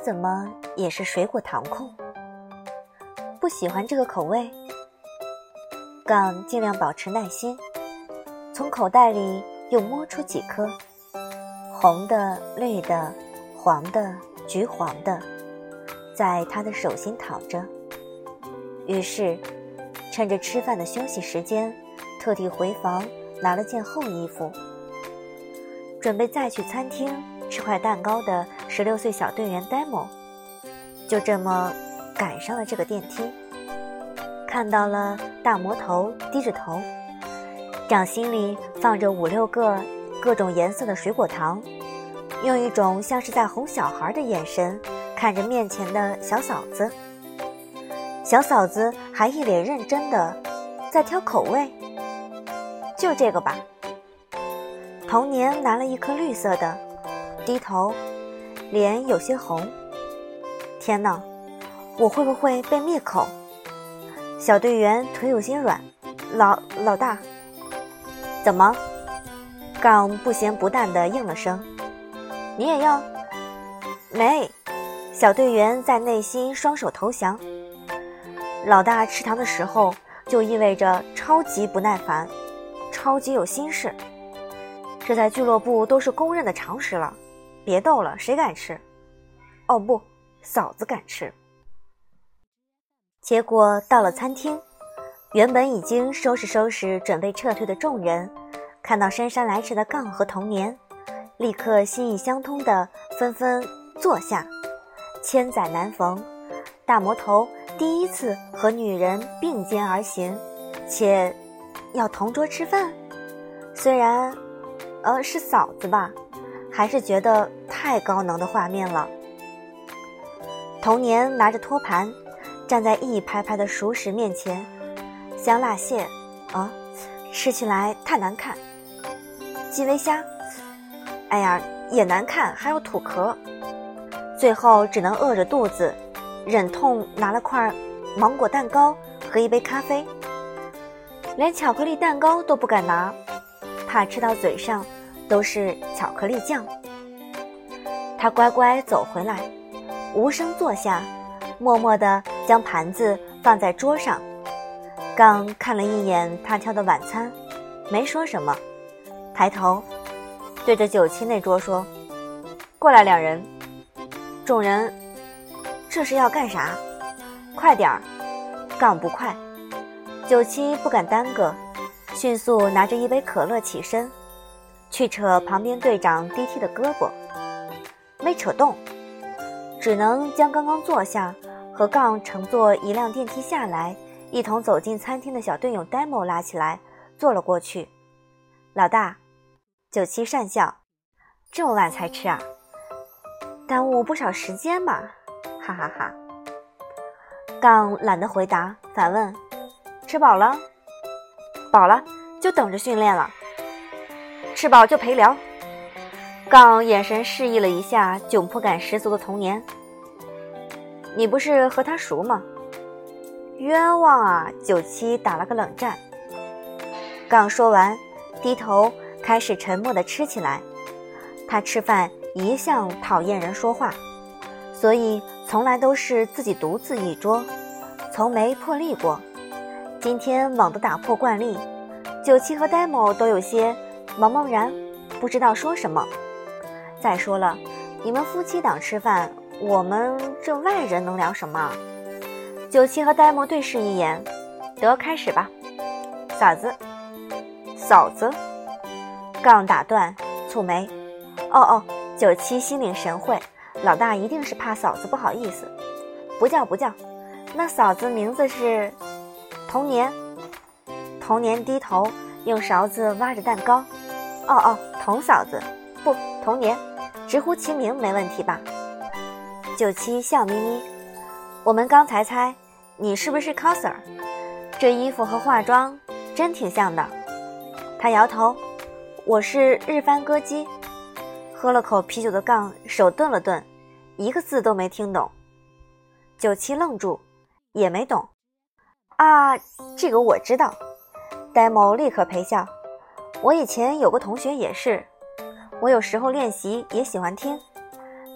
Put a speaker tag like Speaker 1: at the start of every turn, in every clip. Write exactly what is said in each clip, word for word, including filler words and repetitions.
Speaker 1: 怎么也是水果糖控。不喜欢这个口味？杠尽量保持耐心，从口袋里又摸出几颗，红的、绿的、黄的、橘黄的，在他的手心躺着。于是趁着吃饭的休息时间，特地回房拿了件厚衣服。准备再去餐厅吃块蛋糕的十六岁小队员 Demo， 就这么赶上了这个电梯，看到了大魔头低着头，掌心里放着五六个各种颜色的水果糖，用一种像是在哄小孩的眼神看着面前的小嫂子。小嫂子还一脸认真的在挑口味，就这个吧。童年拿了一颗绿色的，低头，脸有些红。天哪，我会不会被灭口？小队员腿有些软，老老大。怎么？杠不咸不淡地应了声。你也要？没。小队员在内心双手投降。老大吃糖的时候就意味着超级不耐烦，超级有心事，这在俱乐部都是公认的常识了。别逗了，谁敢吃？哦不，嫂子敢吃。结果到了餐厅，原本已经收拾收拾准备撤退的众人，看到姗姗来迟的杠和童年，立刻心意相通的纷纷坐下。千载难逢，大魔头第一次和女人并肩而行，且要同桌吃饭。虽然呃是嫂子吧，还是觉得太高能的画面了。童年拿着托盘站在一排排的熟食面前，香辣蟹啊，吃起来太难看。基围虾，哎呀也难看，还有土壳。最后只能饿着肚子忍痛拿了块芒果蛋糕和一杯咖啡，连巧克力蛋糕都不敢拿，怕吃到嘴上都是巧克力酱。他乖乖走回来，无声坐下，默默地将盘子放在桌上。刚看了一眼他挑的晚餐，没说什么，抬头对着九七那桌说：过来两人。众人这是要干啥？快点儿！杠不快。九七不敢耽搁，迅速拿着一杯可乐起身，去扯旁边队长低踢的胳膊，没扯动，只能将刚刚坐下和杠乘坐一辆电梯下来，一同走进餐厅的小队友 Demo 拉起来，坐了过去。老大，九七讪笑，这么晚才吃啊？耽误不少时间嘛，哈哈哈。杠懒得回答，反问：吃饱了？饱了，就等着训练了。吃饱就陪聊。杠眼神示意了一下窘迫感十足的童年。你不是和他熟吗？冤枉啊！九七打了个冷战。杠说完，低头开始沉默地吃起来。他吃饭一向讨厌人说话，所以从来都是自己独自一桌，从没破例过。今天猛地打破惯例，九七和 Demo 都有些茫茫然，不知道说什么。再说了，你们夫妻档吃饭，我们这外人能聊什么？九七和 Demo 对视一眼，得开始吧。嫂子，嫂子，杠打断，蹙眉。哦哦，九七心领神会，老大一定是怕嫂子不好意思。不叫不叫，那嫂子名字是童年。童年低头用勺子挖着蛋糕。哦哦，童嫂子，不，童年，直呼其名没问题吧？九七笑眯眯。我们刚才猜你是不是 coser， 这衣服和化妆真挺像的。他摇头，我是日番歌姬。喝了口啤酒的杠手顿了顿，一个字都没听懂。九七愣住，也没懂。啊，这个我知道。Demo 立刻陪笑。我以前有个同学也是，我有时候练习也喜欢听。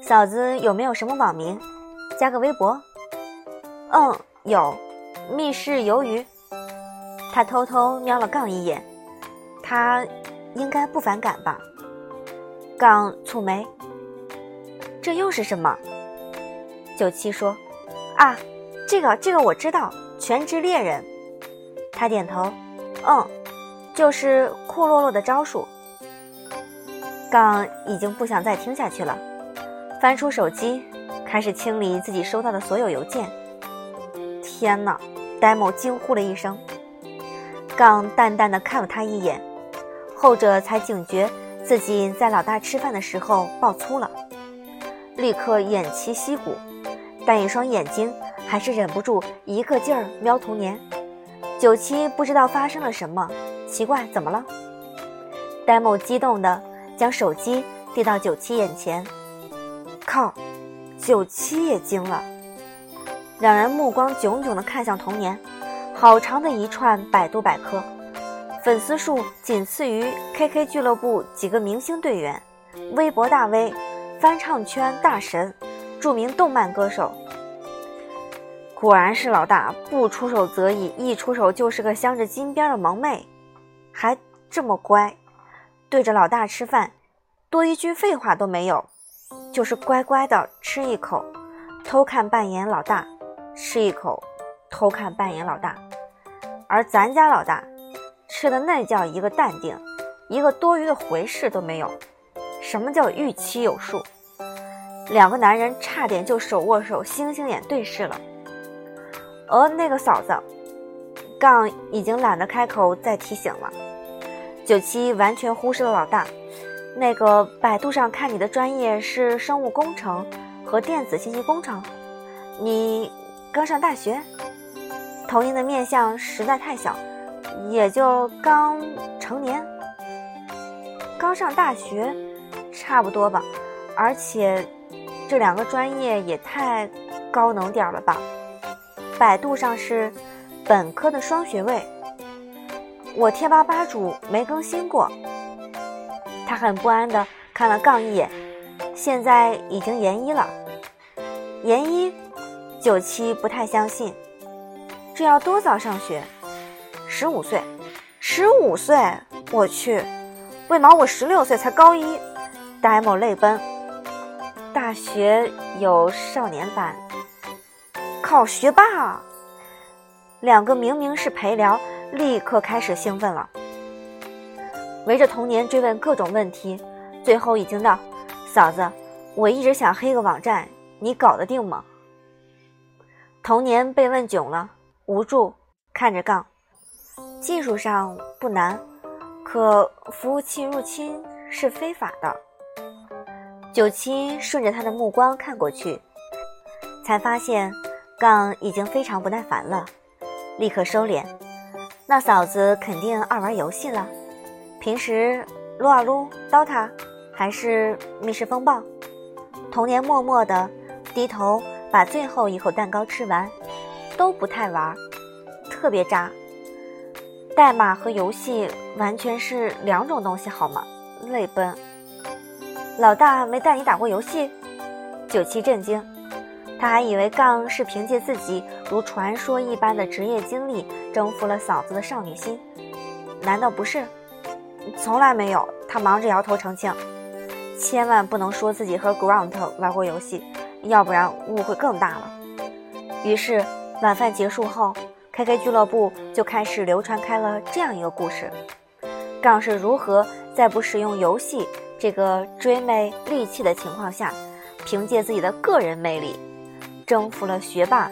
Speaker 1: 嫂子有没有什么网名？加个微博？嗯，有，密室鱿鱼。他偷偷瞄了杠一眼，他应该不反感吧？杠蹙眉，这又是什么？九七说，啊，这个这个我知道，全职猎人。他点头，嗯，就是库洛洛的招数。杠已经不想再听下去了，翻出手机，开始清理自己收到的所有邮件。天哪！呆某惊呼了一声。杠淡淡地看了他一眼，后者才警觉自己在老大吃饭的时候爆粗了，立刻偃旗息鼓，但一双眼睛还是忍不住一个劲儿瞄童年。九七不知道发生了什么，奇怪，怎么了？呆某激动地将手机递到九七眼前。靠！九七也惊了，两人目光炯炯地看向童年。好长的一串百度百科，粉丝数仅次于 K K 俱乐部几个明星队员，微博大 V， 翻唱圈大神，著名动漫歌手。果然是老大，不出手则已，一出手就是个镶着金边的萌妹，还这么乖，对着老大吃饭，多一句废话都没有，就是乖乖的吃一口，偷看扮演老大，吃一口，偷看扮演老大。而咱家老大吃的那叫一个淡定，一个多余的回事都没有。什么叫预期有数？两个男人差点就手握手星星眼对视了。而那个嫂子，杠已经懒得开口再提醒了。九七完全忽视了老大。那个百度上看你的专业是生物工程和电子信息工程，你刚上大学？童年的面相实在太小，也就刚成年。刚上大学差不多吧，而且这两个专业也太高能点了吧。百度上是本科的双学位，我贴吧吧主没更新过。他很不安地看了杠一眼，现在已经研一了。研一？九七不太相信，这要多早上学？十五岁？十五岁？我去，为毛我十六岁才高一？呆某泪奔。大学有少年班。靠，学霸！两个明明是陪聊，立刻开始兴奋了，围着童年追问各种问题，最后已经到，嫂子，我一直想黑个网站，你搞得定吗？童年被问囧了，无助看着杠。技术上不难，可服务器入侵是非法的。九七顺着他的目光看过去，才发现杠已经非常不耐烦了，立刻收敛。那嫂子肯定爱玩游戏了，平时撸啊撸 Dota 还是密室风暴？童年默默地低头把最后一口蛋糕吃完，都不太玩，特别渣。代码和游戏完全是两种东西好吗？泪奔。老大没带你打过游戏？九七震惊，他还以为杠是凭借自己如传说一般的职业经历征服了嫂子的少女心，难道不是？从来没有。他忙着摇头澄清，千万不能说自己和 Grant 玩过游戏，要不然误会更大了。于是晚饭结束后， K K 俱乐部就开始流传开了这样一个故事，杠是如何在不使用游戏这个追妹利器的情况下，凭借自己的个人魅力征服了学霸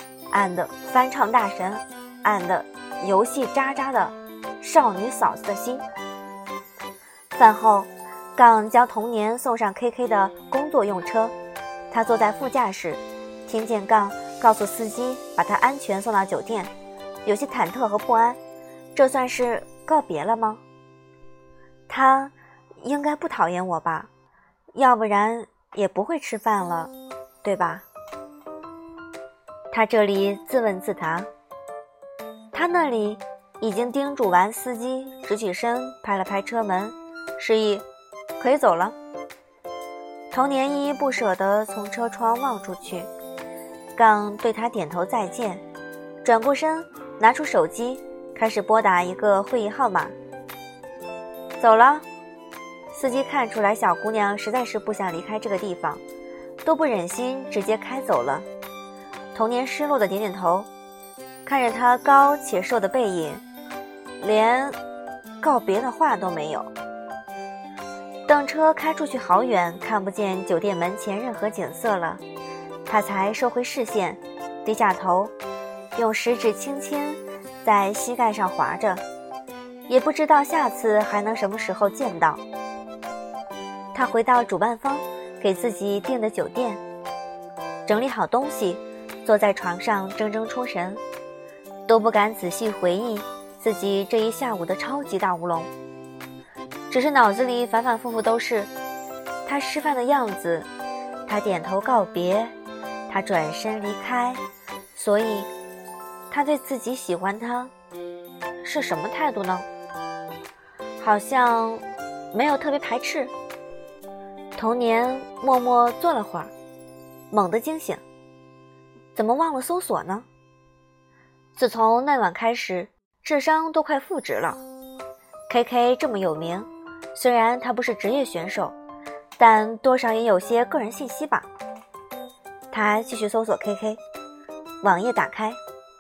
Speaker 1: and 翻唱大神 and 游戏渣渣的少女嫂子的心。饭后，杠将童年送上 K K 的工作用车，他坐在副驾驶，听见杠告诉司机把他安全送到酒店，有些忐忑和不安。这算是告别了吗？他应该不讨厌我吧，要不然也不会吃饭了，对吧？他这里自问自答，他那里已经叮嘱完司机，直起身拍了拍车门，示意可以走了。 童年依依不舍地从车窗望出去，杠对他点头再见，转过身拿出手机开始拨打一个会议号码。走了。司机看出来小姑娘实在是不想离开这个地方，都不忍心直接开走了。童年失落的点点头，看着她高且瘦的背影，连告别的话都没有。等车开出去好远，看不见酒店门前任何景色了，他才收回视线，低下头，用食指轻轻在膝盖上划着，也不知道下次还能什么时候见到。他回到主办方给自己订的酒店，整理好东西，坐在床上怔怔出神，都不敢仔细回忆自己这一下午的超级大乌龙，只是脑子里反反复复都是他吃饭的样子，他点头告别，他转身离开，所以他对自己喜欢他是什么态度呢？好像没有特别排斥。童年默默坐了会儿，猛地惊醒，怎么忘了搜索呢？自从那晚开始，智商都快负值了。 K K 这么有名，虽然他不是职业选手，但多少也有些个人信息吧。他继续搜索 K K， 网页打开。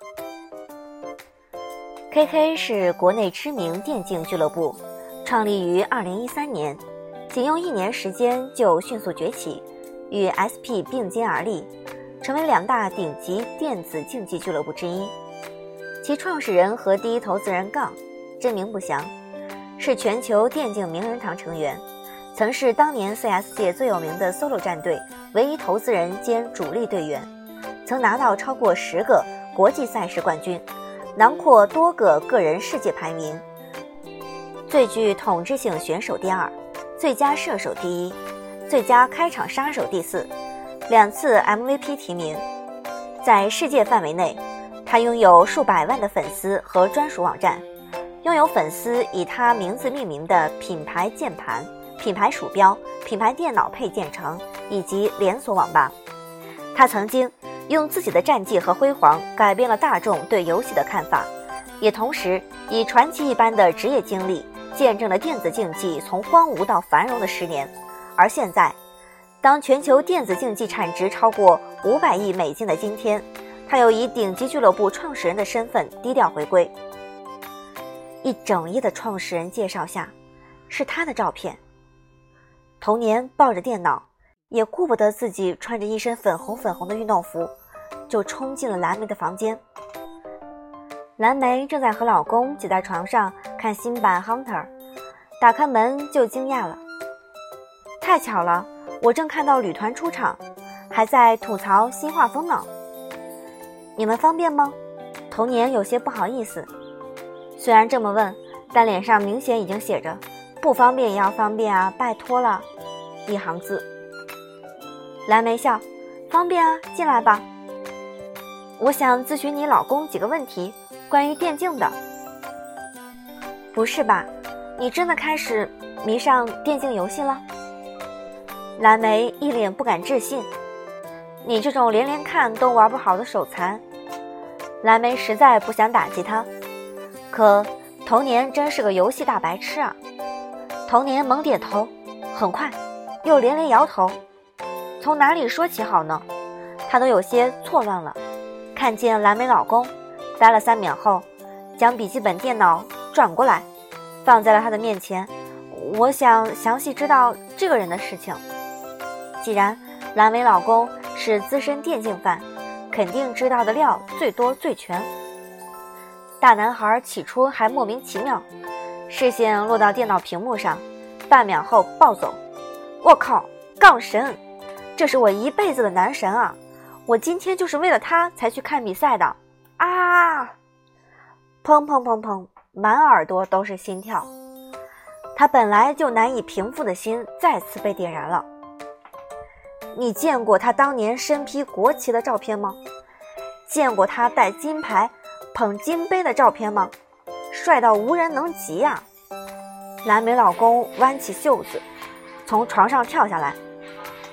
Speaker 1: K K 是国内知名电竞俱乐部，创立于二零一三年，仅用一年时间就迅速崛起，与 S P 并肩而立，成为两大顶级电子竞技俱乐部之一。其创始人和第一投资人杠真名不详，是全球电竞名人堂成员，曾是当年 C S 界最有名的 solo 战队唯一投资人兼主力队员，曾拿到超过十个国际赛事冠军，囊括多个个人世界排名，最具统治性选手第二，最佳射手第一，最佳开场杀手第四，两次 M V P 提名。在世界范围内，他拥有数百万的粉丝和专属网站，拥有粉丝以他名字命名的品牌键盘、品牌鼠标、品牌电脑配件城以及连锁网吧。他曾经用自己的战绩和辉煌改变了大众对游戏的看法，也同时以传奇一般的职业经历见证了电子竞技从荒芜到繁荣的十年。而现在，当全球电子竞技产值超过五百亿美金的今天，他又以顶级俱乐部创始人的身份低调回归。一整页的创始人介绍下，是他的照片。童年抱着电脑，也顾不得自己穿着一身粉红粉红的运动服，就冲进了蓝莓的房间。蓝莓正在和老公挤在床上看新版 Hunter， 打开门就惊讶了，太巧了，我正看到旅团出场，还在吐槽新画风呢。你们方便吗？童年有些不好意思，虽然这么问，但脸上明显已经写着不方便也要方便啊，拜托了一行字。蓝莓笑，方便啊，进来吧。我想咨询你老公几个问题，关于电竞的。不是吧，你真的开始迷上电竞游戏了？蓝莓一脸不敢置信，你这种连连看都玩不好的手残。蓝莓实在不想打击他，可童年真是个游戏大白痴啊。童年猛点头，很快又连连摇头。从哪里说起好呢？他都有些错乱了。看见蓝莓老公，呆了三秒后，将笔记本电脑转过来，放在了他的面前。我想详细知道这个人的事情。既然蓝莓老公是资深电竞犯，肯定知道的料最多最全。大男孩起初还莫名其妙，视线落到电脑屏幕上，半秒后暴走。我靠，杠神，这是我一辈子的男神啊！我今天就是为了他才去看比赛的啊！砰砰砰砰，满耳朵都是心跳。他本来就难以平复的心再次被点燃了。你见过他当年身披国旗的照片吗？见过他带金牌捧金杯的照片吗？帅到无人能及啊！蓝莓老公弯起袖子，从床上跳下来。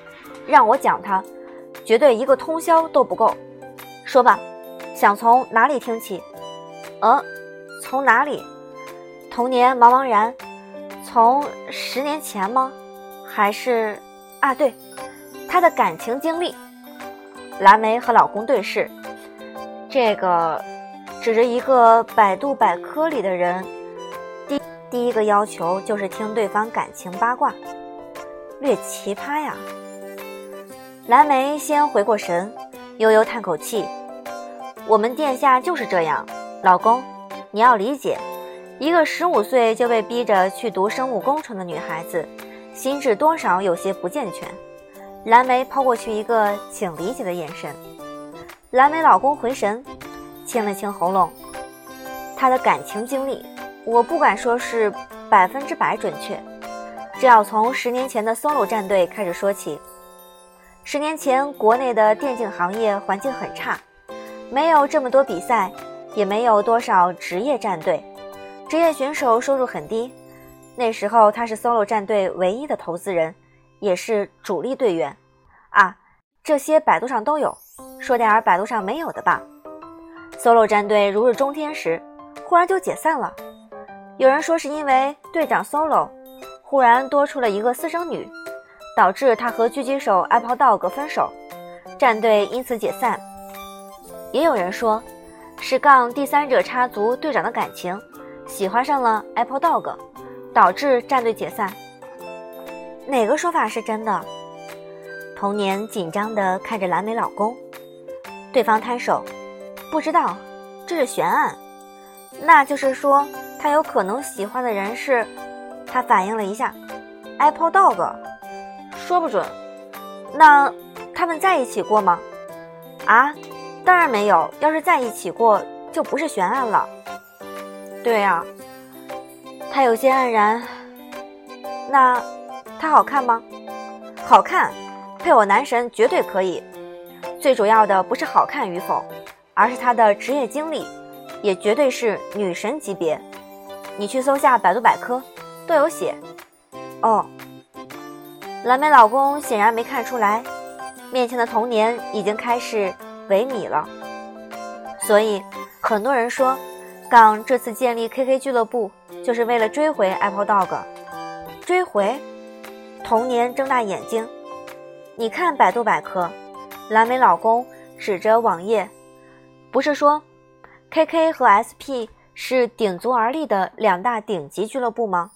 Speaker 1: 让我讲它，绝对一个通宵都不够。说吧，想从哪里听起？呃，从哪里？童年茫茫然，从十年前吗？还是啊，对，她的感情经历。蓝莓和老公对视，这个指着一个百度百科里的人，第第一个要求就是听对方感情八卦，略奇葩呀。蓝莓先回过神，悠悠叹口气，我们殿下就是这样，老公，你要理解，一个十五岁就被逼着去读生物工程的女孩子，心智多少有些不健全。蓝莓抛过去一个请理解的眼神，蓝莓老公回神，清了清喉咙，他的感情经历，我不敢说是百分之百准确，这要从十年前的 solo 战队开始说起。十年前，国内的电竞行业环境很差，没有这么多比赛，也没有多少职业战队，职业选手收入很低。那时候他是 solo 战队唯一的投资人，也是主力队员啊，这些百度上都有，说点百度上没有的吧。solo 战队如日中天时，忽然就解散了。有人说是因为队长 solo 忽然多出了一个私生女，导致他和狙击手 Apple Dog 分手，战队因此解散。也有人说是杠第三者插足队长的感情，喜欢上了 Apple Dog， 导致战队解散。哪个说法是真的？童年紧张地看着蓝莓老公，对方摊手，不知道，这是悬案。那就是说他有可能喜欢的人是，他反应了一下 Apple Dog， 说不准。那他们在一起过吗？啊，当然没有，要是在一起过就不是悬案了。对啊，他有些黯然。那他好看吗？好看，配我男神绝对可以。最主要的不是好看与否，而是他的职业经历，也绝对是女神级别。你去搜下百度百科，都有写。哦，蓝莓老公显然没看出来，面前的童年已经开始萎靡了。所以很多人说，杠这次建立 K K 俱乐部就是为了追回 Apple Dog。追回？童年睁大眼睛，你看百度百科，蓝莓老公指着网页，不是说 K K 和 S P 是鼎足而立的两大顶级俱乐部吗？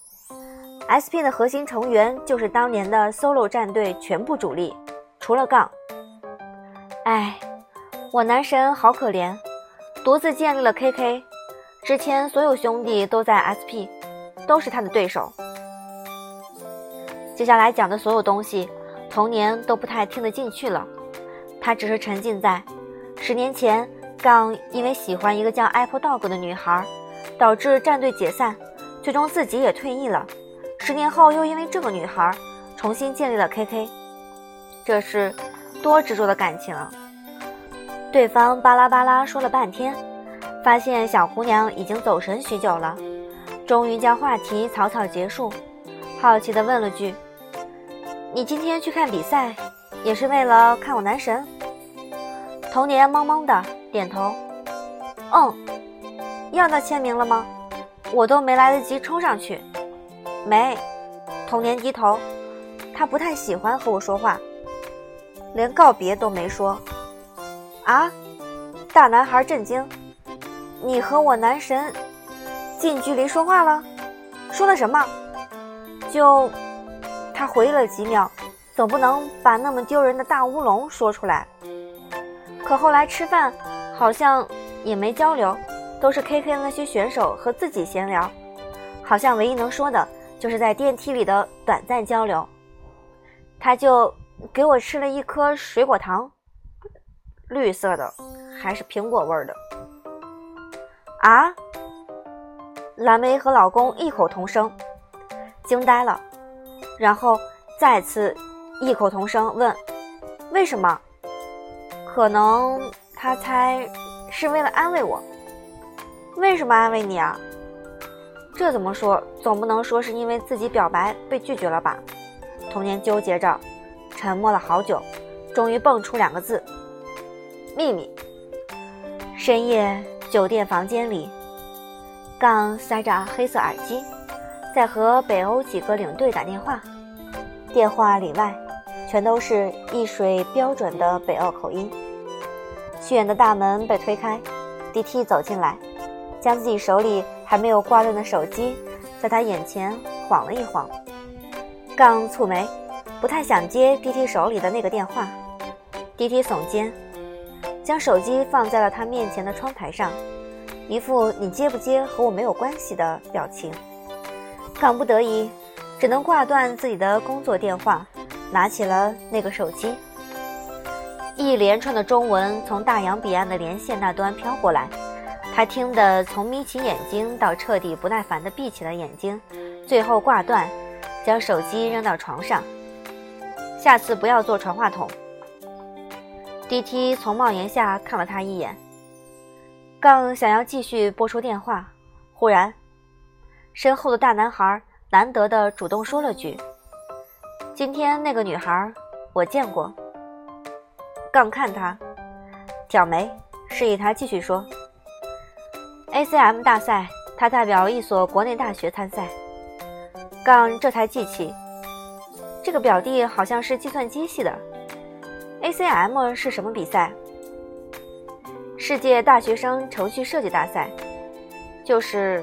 Speaker 1: S P 的核心成员就是当年的 solo 战队全部主力，除了杠。哎，我男神好可怜，独自建立了 K K， 之前所有兄弟都在 S P， 都是他的对手。接下来讲的所有东西，童年都不太听得进去了。他只是沉浸在十年前，杠因为喜欢一个叫 Apple Dog 的女孩，导致战队解散，最终自己也退役了。十年后又因为这个女孩重新建立了 K K， 这是多执着的感情啊！对方巴拉巴拉说了半天，发现小姑娘已经走神许久了，终于将话题草草结束，好奇地问了句：你今天去看比赛也是为了看我男神？童年懵懵的点头，嗯。要到签名了吗？我都没来得及冲上去。没。童年低头，他不太喜欢和我说话，连告别都没说。啊？大男孩震惊，你和我男神近距离说话了？说了什么？就他回忆了几秒，总不能把那么丢人的大乌龙说出来。可后来吃饭好像也没交流，都是 K K 的那些选手和自己闲聊，好像唯一能说的就是在电梯里的短暂交流。他就给我吃了一颗水果糖，绿色的，还是苹果味的。啊？蓝莓和老公异口同声，惊呆了，然后再次异口同声问为什么？可能他猜是为了安慰我。为什么安慰你啊？这怎么说，总不能说是因为自己表白被拒绝了吧？童年纠结着， 沉默了好久，终于蹦出两个字：秘密。深夜酒店房间里，杠塞着黑色耳机，在和北欧几个领队打电话，电话里外全都是一水标准的北欧口音。虚远的大门被推开， D T 走进来，将自己手里还没有挂断的手机在他眼前晃了一晃。杠蹙眉，不太想接 D T 手里的那个电话。 D T 耸肩，将手机放在了他面前的窗台上，一副你接不接和我没有关系的表情。杠不得已只能挂断自己的工作电话，拿起了那个手机。一连串的中文从大洋彼岸的连线那端飘过来，他听得从眯起眼睛到彻底不耐烦地闭起了眼睛，最后挂断，将手机扔到床上。下次不要做传话筒。 D T 从帽檐下看了他一眼，杠想要继续拨出电话，忽然身后的大男孩难得的主动说了句：今天那个女孩我见过。杠看他挑眉，示意他继续说。 A C M 大赛，他代表一所国内大学参赛。杠这才记起，这个表弟好像是计算机系的。 A C M 是什么比赛？世界大学生程序设计大赛。就是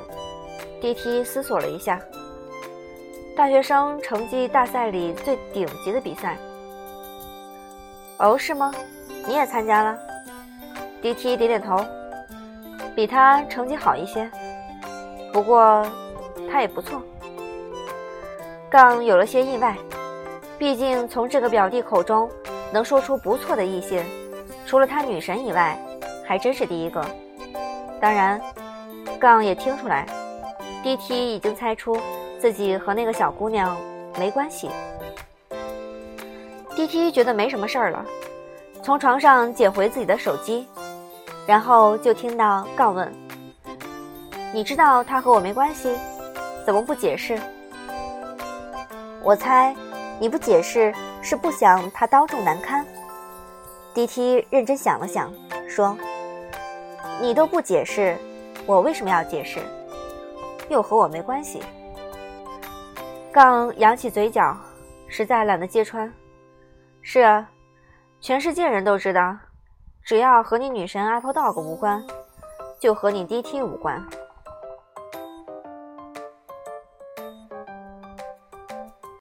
Speaker 1: D T 思索了一下，大学生成绩大赛里最顶级的比赛。哦，是吗？你也参加了？ D T 点点头，比他成绩好一些，不过他也不错。杠有了些意外，毕竟从这个表弟口中能说出不错的异性，除了他女神以外，还真是第一个。当然，杠也听出来 ，D T 已经猜出自己和那个小姑娘没关系。D T 觉得没什么事儿了，从床上捡回自己的手机，然后就听到杠问：“你知道他和我没关系，怎么不解释？”我猜你不解释是不想他当众难堪。 D T 认真想了想，说：“你都不解释，我为什么要解释？又和我没关系。”杠扬起嘴角，实在懒得揭穿。是啊，全世界人都知道，只要和你女神 Apple Dog 无关，就和你 D T 无关。